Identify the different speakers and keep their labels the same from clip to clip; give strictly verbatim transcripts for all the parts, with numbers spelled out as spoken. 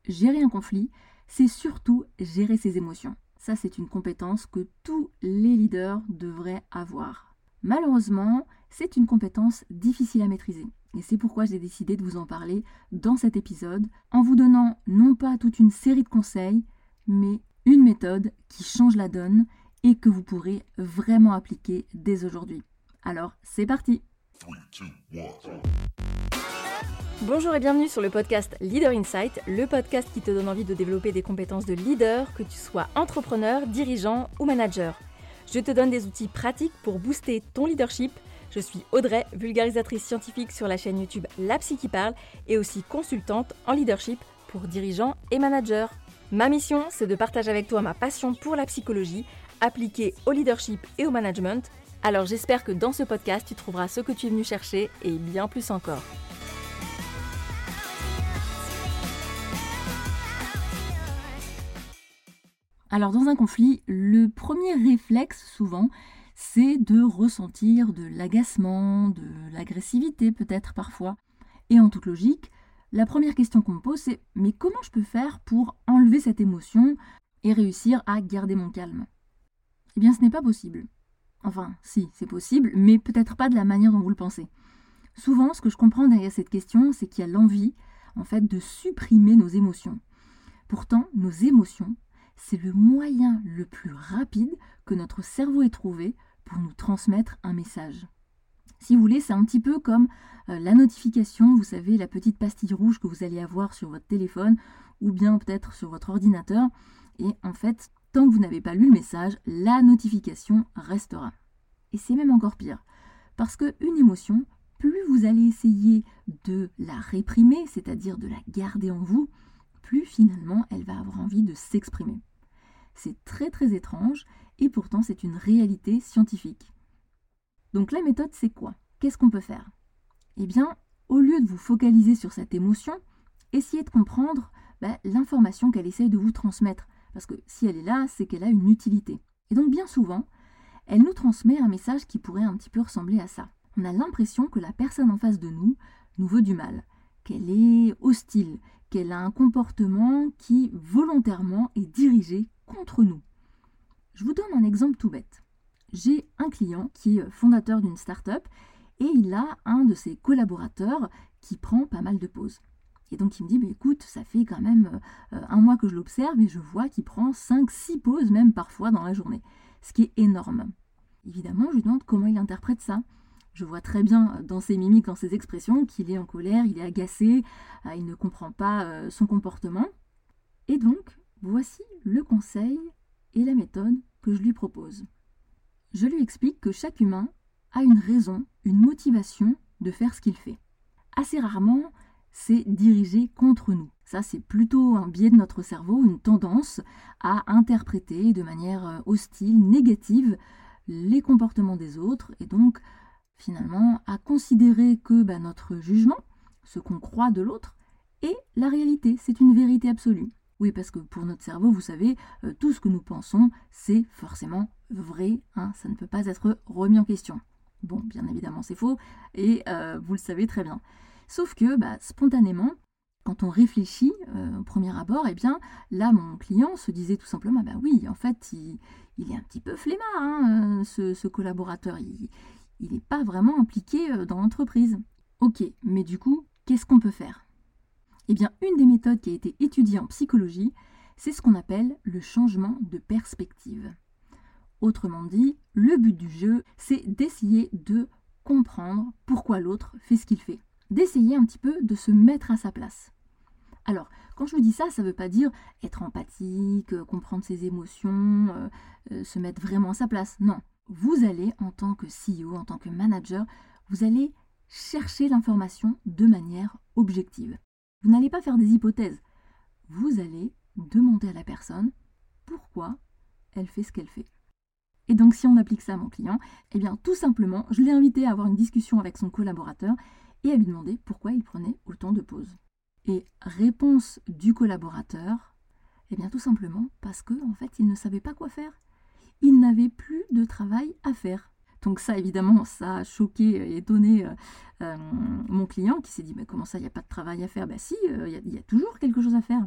Speaker 1: gérer un conflit, c'est surtout gérer ses émotions. Ça, c'est une compétence que tous les leaders devraient avoir. Malheureusement, c'est une compétence difficile à maîtriser. Et c'est pourquoi j'ai décidé de vous en parler dans cet épisode, en vous donnant non pas toute une série de conseils, mais une méthode qui change la donne et que vous pourrez vraiment appliquer dès aujourd'hui. Alors, c'est parti!
Speaker 2: Bonjour et bienvenue sur le podcast Leader Insight, le podcast qui te donne envie de développer des compétences de leader, que tu sois entrepreneur, dirigeant ou manager. Je te donne des outils pratiques pour booster ton leadership. Je suis Audrey, vulgarisatrice scientifique sur la chaîne YouTube La Psy qui parle et aussi consultante en leadership pour dirigeants et managers. Ma mission, c'est de partager avec toi ma passion pour la psychologie, appliquée au leadership et au management. Alors j'espère que dans ce podcast, tu trouveras ce que tu es venu chercher et bien plus encore.
Speaker 1: Alors dans un conflit, le premier réflexe souvent, c'est de ressentir de l'agacement, de l'agressivité peut-être parfois. Et en toute logique, la première question qu'on me pose c'est « mais comment je peux faire pour enlever cette émotion et réussir à garder mon calme ?» Eh bien ce n'est pas possible. Enfin si, c'est possible, mais peut-être pas de la manière dont vous le pensez. Souvent, ce que je comprends derrière cette question, c'est qu'il y a l'envie en fait de supprimer nos émotions. Pourtant, nos émotions, c'est le moyen le plus rapide que notre cerveau ait trouvé pour nous transmettre un message. Si vous voulez, c'est un petit peu comme euh, la notification, vous savez, la petite pastille rouge que vous allez avoir sur votre téléphone ou bien peut-être sur votre ordinateur. Et en fait, tant que vous n'avez pas lu le message, la notification restera. Et c'est même encore pire, parce qu'une émotion, plus vous allez essayer de la réprimer, c'est-à-dire de la garder en vous, plus finalement elle va avoir envie de s'exprimer. C'est très très étrange et pourtant c'est une réalité scientifique. Donc la méthode c'est quoi? Qu'est-ce qu'on peut faire? Eh bien, au lieu de vous focaliser sur cette émotion, essayez de comprendre bah, l'information qu'elle essaye de vous transmettre. Parce que si elle est là, c'est qu'elle a une utilité. Et donc bien souvent, elle nous transmet un message qui pourrait un petit peu ressembler à ça. On a l'impression que la personne en face de nous nous veut du mal, qu'elle est hostile, qu'elle a un comportement qui volontairement est dirigé contre nous. Je vous donne un exemple tout bête. J'ai un client qui est fondateur d'une start-up et il a un de ses collaborateurs qui prend pas mal de pauses. Et donc il me dit, bah, écoute, ça fait quand même euh, un mois que je l'observe et je vois qu'il prend cinq six pauses même parfois dans la journée, ce qui est énorme. Évidemment, je lui demande comment il interprète ça. Je vois très bien dans ses mimiques, dans ses expressions, qu'il est en colère, il est agacé, euh, il ne comprend pas euh, son comportement. Et donc, voici le conseil et la méthode que je lui propose. Je lui explique que chaque humain a une raison, une motivation de faire ce qu'il fait. Assez rarement, c'est dirigé contre nous. Ça, c'est plutôt un biais de notre cerveau, une tendance à interpréter de manière hostile, négative, les comportements des autres et donc finalement à considérer que bah, notre jugement, ce qu'on croit de l'autre, est la réalité, c'est une vérité absolue. Oui, parce que pour notre cerveau, vous savez, euh, tout ce que nous pensons, c'est forcément vrai, hein, ça ne peut pas être remis en question. Bon, bien évidemment, c'est faux, et euh, vous le savez très bien. Sauf que, bah, spontanément, quand on réfléchit euh, au premier abord, eh bien, là, mon client se disait tout simplement, bah oui, en fait, il, il est un petit peu flemmard, hein, euh, ce, ce collaborateur, il n'est pas vraiment impliqué euh, dans l'entreprise. Ok, mais du coup, qu'est-ce qu'on peut faire ? Eh bien, une des méthodes qui a été étudiée en psychologie, c'est ce qu'on appelle le changement de perspective. Autrement dit, le but du jeu, c'est d'essayer de comprendre pourquoi l'autre fait ce qu'il fait. D'essayer un petit peu de se mettre à sa place. Alors, quand je vous dis ça, ça ne veut pas dire être empathique, comprendre ses émotions, euh, euh, se mettre vraiment à sa place. Non, vous allez, en tant que C E O, en tant que manager, vous allez chercher l'information de manière objective. Vous n'allez pas faire des hypothèses. Vous allez demander à la personne pourquoi elle fait ce qu'elle fait. Et donc, si on applique ça à mon client, eh bien, tout simplement, je l'ai invité à avoir une discussion avec son collaborateur et à lui demander pourquoi il prenait autant de pauses. Et réponse du collaborateur, eh bien, tout simplement parce que, en fait, il ne savait pas quoi faire. Il n'avait plus de travail à faire. Donc ça, évidemment, ça a choqué et étonné euh, euh, mon client qui s'est dit, mais comment ça, il n'y a pas de travail à faire ? Ben si, il euh, y, y a toujours quelque chose à faire.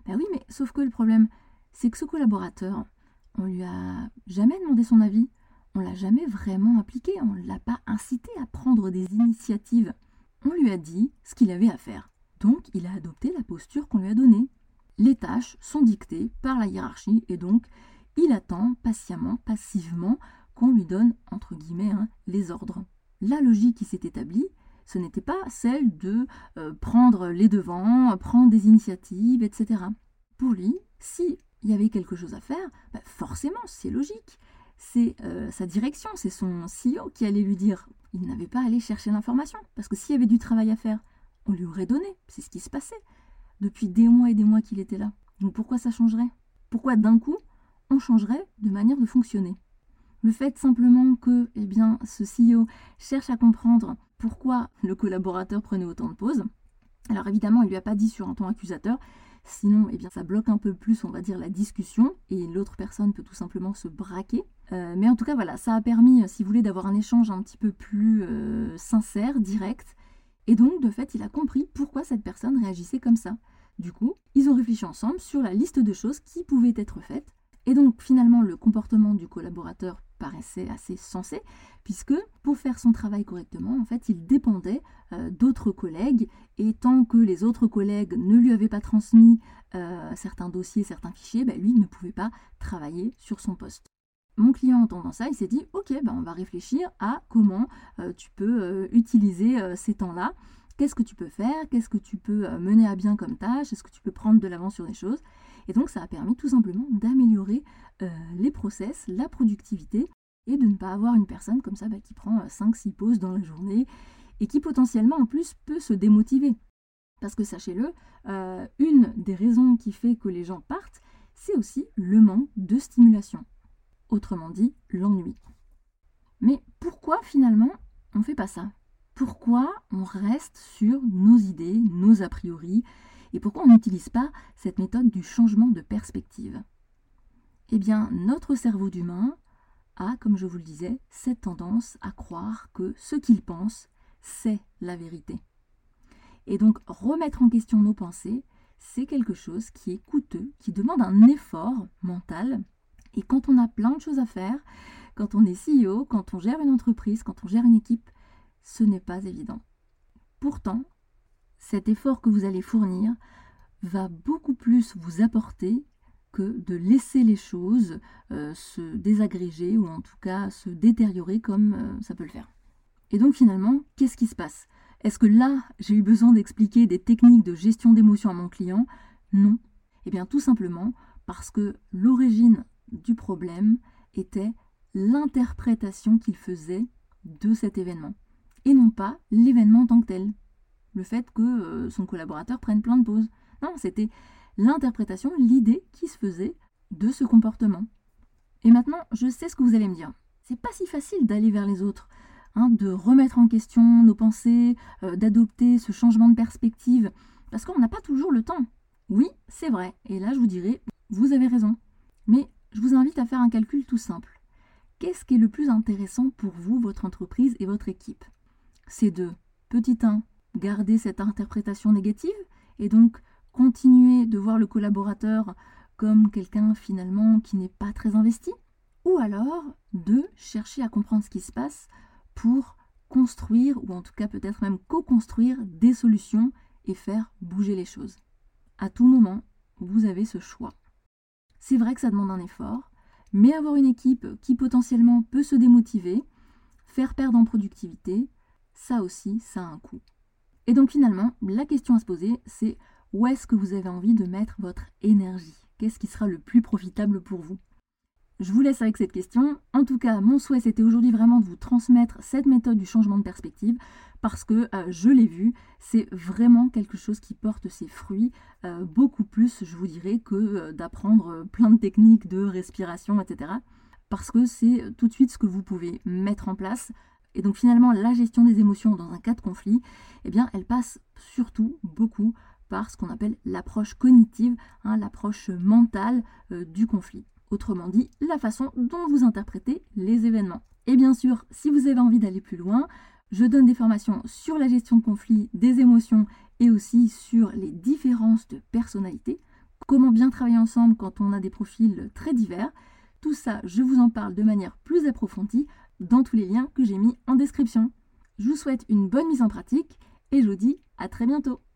Speaker 1: Ben oui, mais sauf que le problème, c'est que ce collaborateur, on lui a jamais demandé son avis, on l'a jamais vraiment impliqué, on ne l'a pas incité à prendre des initiatives. On lui a dit ce qu'il avait à faire. Donc, il a adopté la posture qu'on lui a donnée. Les tâches sont dictées par la hiérarchie et donc, il attend patiemment, passivement, qu'on lui donne, entre guillemets, hein, les ordres. La logique qui s'est établie, ce n'était pas celle de euh, prendre les devants, prendre des initiatives, et cetera. Pour lui, s'il y avait quelque chose à faire, bah forcément, c'est logique. C'est euh, sa direction, c'est son C E O qui allait lui dire. Il n'avait pas à aller chercher l'information, parce que s'il y avait du travail à faire, on lui aurait donné. C'est ce qui se passait depuis des mois et des mois qu'il était là. Donc pourquoi ça changerait? Pourquoi d'un coup, on changerait de manière de fonctionner? Le fait simplement que eh bien, ce C E O cherche à comprendre pourquoi le collaborateur prenait autant de pauses. Alors évidemment, il ne lui a pas dit sur un ton accusateur, sinon eh bien, ça bloque un peu plus, on va dire, la discussion, et l'autre personne peut tout simplement se braquer. Euh, mais en tout cas, voilà, ça a permis, si vous voulez, d'avoir un échange un petit peu plus euh, sincère, direct, et donc, de fait, il a compris pourquoi cette personne réagissait comme ça. Du coup, ils ont réfléchi ensemble sur la liste de choses qui pouvaient être faites, et donc, finalement, le comportement du collaborateur paraissait assez sensé, puisque pour faire son travail correctement, en fait, il dépendait euh, d'autres collègues, et tant que les autres collègues ne lui avaient pas transmis euh, certains dossiers, certains fichiers, ben, lui ne pouvait pas travailler sur son poste. Mon client, entendant ça, il s'est dit « Ok, ben, on va réfléchir à comment euh, tu peux euh, utiliser euh, ces temps-là. Qu'est-ce que tu peux faire? Qu'est-ce que tu peux euh, mener à bien comme tâche? Est-ce que tu peux prendre de l'avance sur des choses ?» Et donc, ça a permis tout simplement d'améliorer euh, les process, la productivité, et de ne pas avoir une personne comme ça bah, qui prend cinq six pauses dans la journée et qui potentiellement en plus peut se démotiver. Parce que sachez-le, euh, une des raisons qui fait que les gens partent, c'est aussi le manque de stimulation. Autrement dit, l'ennui. Mais pourquoi finalement on ne fait pas ça? Pourquoi on reste sur nos idées, nos a priori, et pourquoi on n'utilise pas cette méthode du changement de perspective? Eh bien, notre cerveau d'humain a, comme je vous le disais, cette tendance à croire que ce qu'il pense, c'est la vérité. Et donc, remettre en question nos pensées, c'est quelque chose qui est coûteux, qui demande un effort mental. Et quand on a plein de choses à faire, quand on est C E O, quand on gère une entreprise, quand on gère une équipe, ce n'est pas évident. Pourtant, cet effort que vous allez fournir va beaucoup plus vous apporter que de laisser les choses euh, se désagréger ou en tout cas se détériorer comme euh, ça peut le faire. Et donc finalement, qu'est-ce qui se passe? Est-ce que là, j'ai eu besoin d'expliquer des techniques de gestion d'émotions à mon client? Non. Eh bien tout simplement parce que l'origine du problème était l'interprétation qu'il faisait de cet événement et non pas l'événement en tant que tel. Le fait que euh, son collaborateur prenne plein de pauses. Non, c'était l'interprétation, l'idée qui se faisait de ce comportement. Et maintenant, je sais ce que vous allez me dire. C'est pas si facile d'aller vers les autres, hein, de remettre en question nos pensées, euh, d'adopter ce changement de perspective, parce qu'on n'a pas toujours le temps. Oui, c'est vrai, et là je vous dirais, vous avez raison. Mais je vous invite à faire un calcul tout simple. Qu'est-ce qui est le plus intéressant pour vous, votre entreprise et votre équipe? C'est de, petit un, garder cette interprétation négative, et donc continuer de voir le collaborateur comme quelqu'un finalement qui n'est pas très investi, ou alors de chercher à comprendre ce qui se passe pour construire, ou en tout cas peut-être même co-construire des solutions et faire bouger les choses. À tout moment, vous avez ce choix. C'est vrai que ça demande un effort, mais avoir une équipe qui potentiellement peut se démotiver, faire perdre en productivité, ça aussi, ça a un coût. Et donc finalement, la question à se poser, c'est où est-ce que vous avez envie de mettre votre énergie? Qu'est-ce qui sera le plus profitable pour vous? Je vous laisse avec cette question. En tout cas, mon souhait, c'était aujourd'hui vraiment de vous transmettre cette méthode du changement de perspective parce que, euh, je l'ai vu, c'est vraiment quelque chose qui porte ses fruits, euh, beaucoup plus, je vous dirais, que euh, d'apprendre plein de techniques de respiration, et cetera. Parce que c'est tout de suite ce que vous pouvez mettre en place. Et donc finalement, la gestion des émotions dans un cas de conflit, eh bien, elle passe surtout beaucoup par ce qu'on appelle l'approche cognitive, hein, l'approche mentale euh, du conflit. Autrement dit, la façon dont vous interprétez les événements. Et bien sûr, si vous avez envie d'aller plus loin, je donne des formations sur la gestion de conflits, des émotions et aussi sur les différences de personnalité comment bien travailler ensemble quand on a des profils très divers. Tout ça, je vous en parle de manière plus approfondie dans tous les liens que j'ai mis en description. Je vous souhaite une bonne mise en pratique et je vous dis à très bientôt.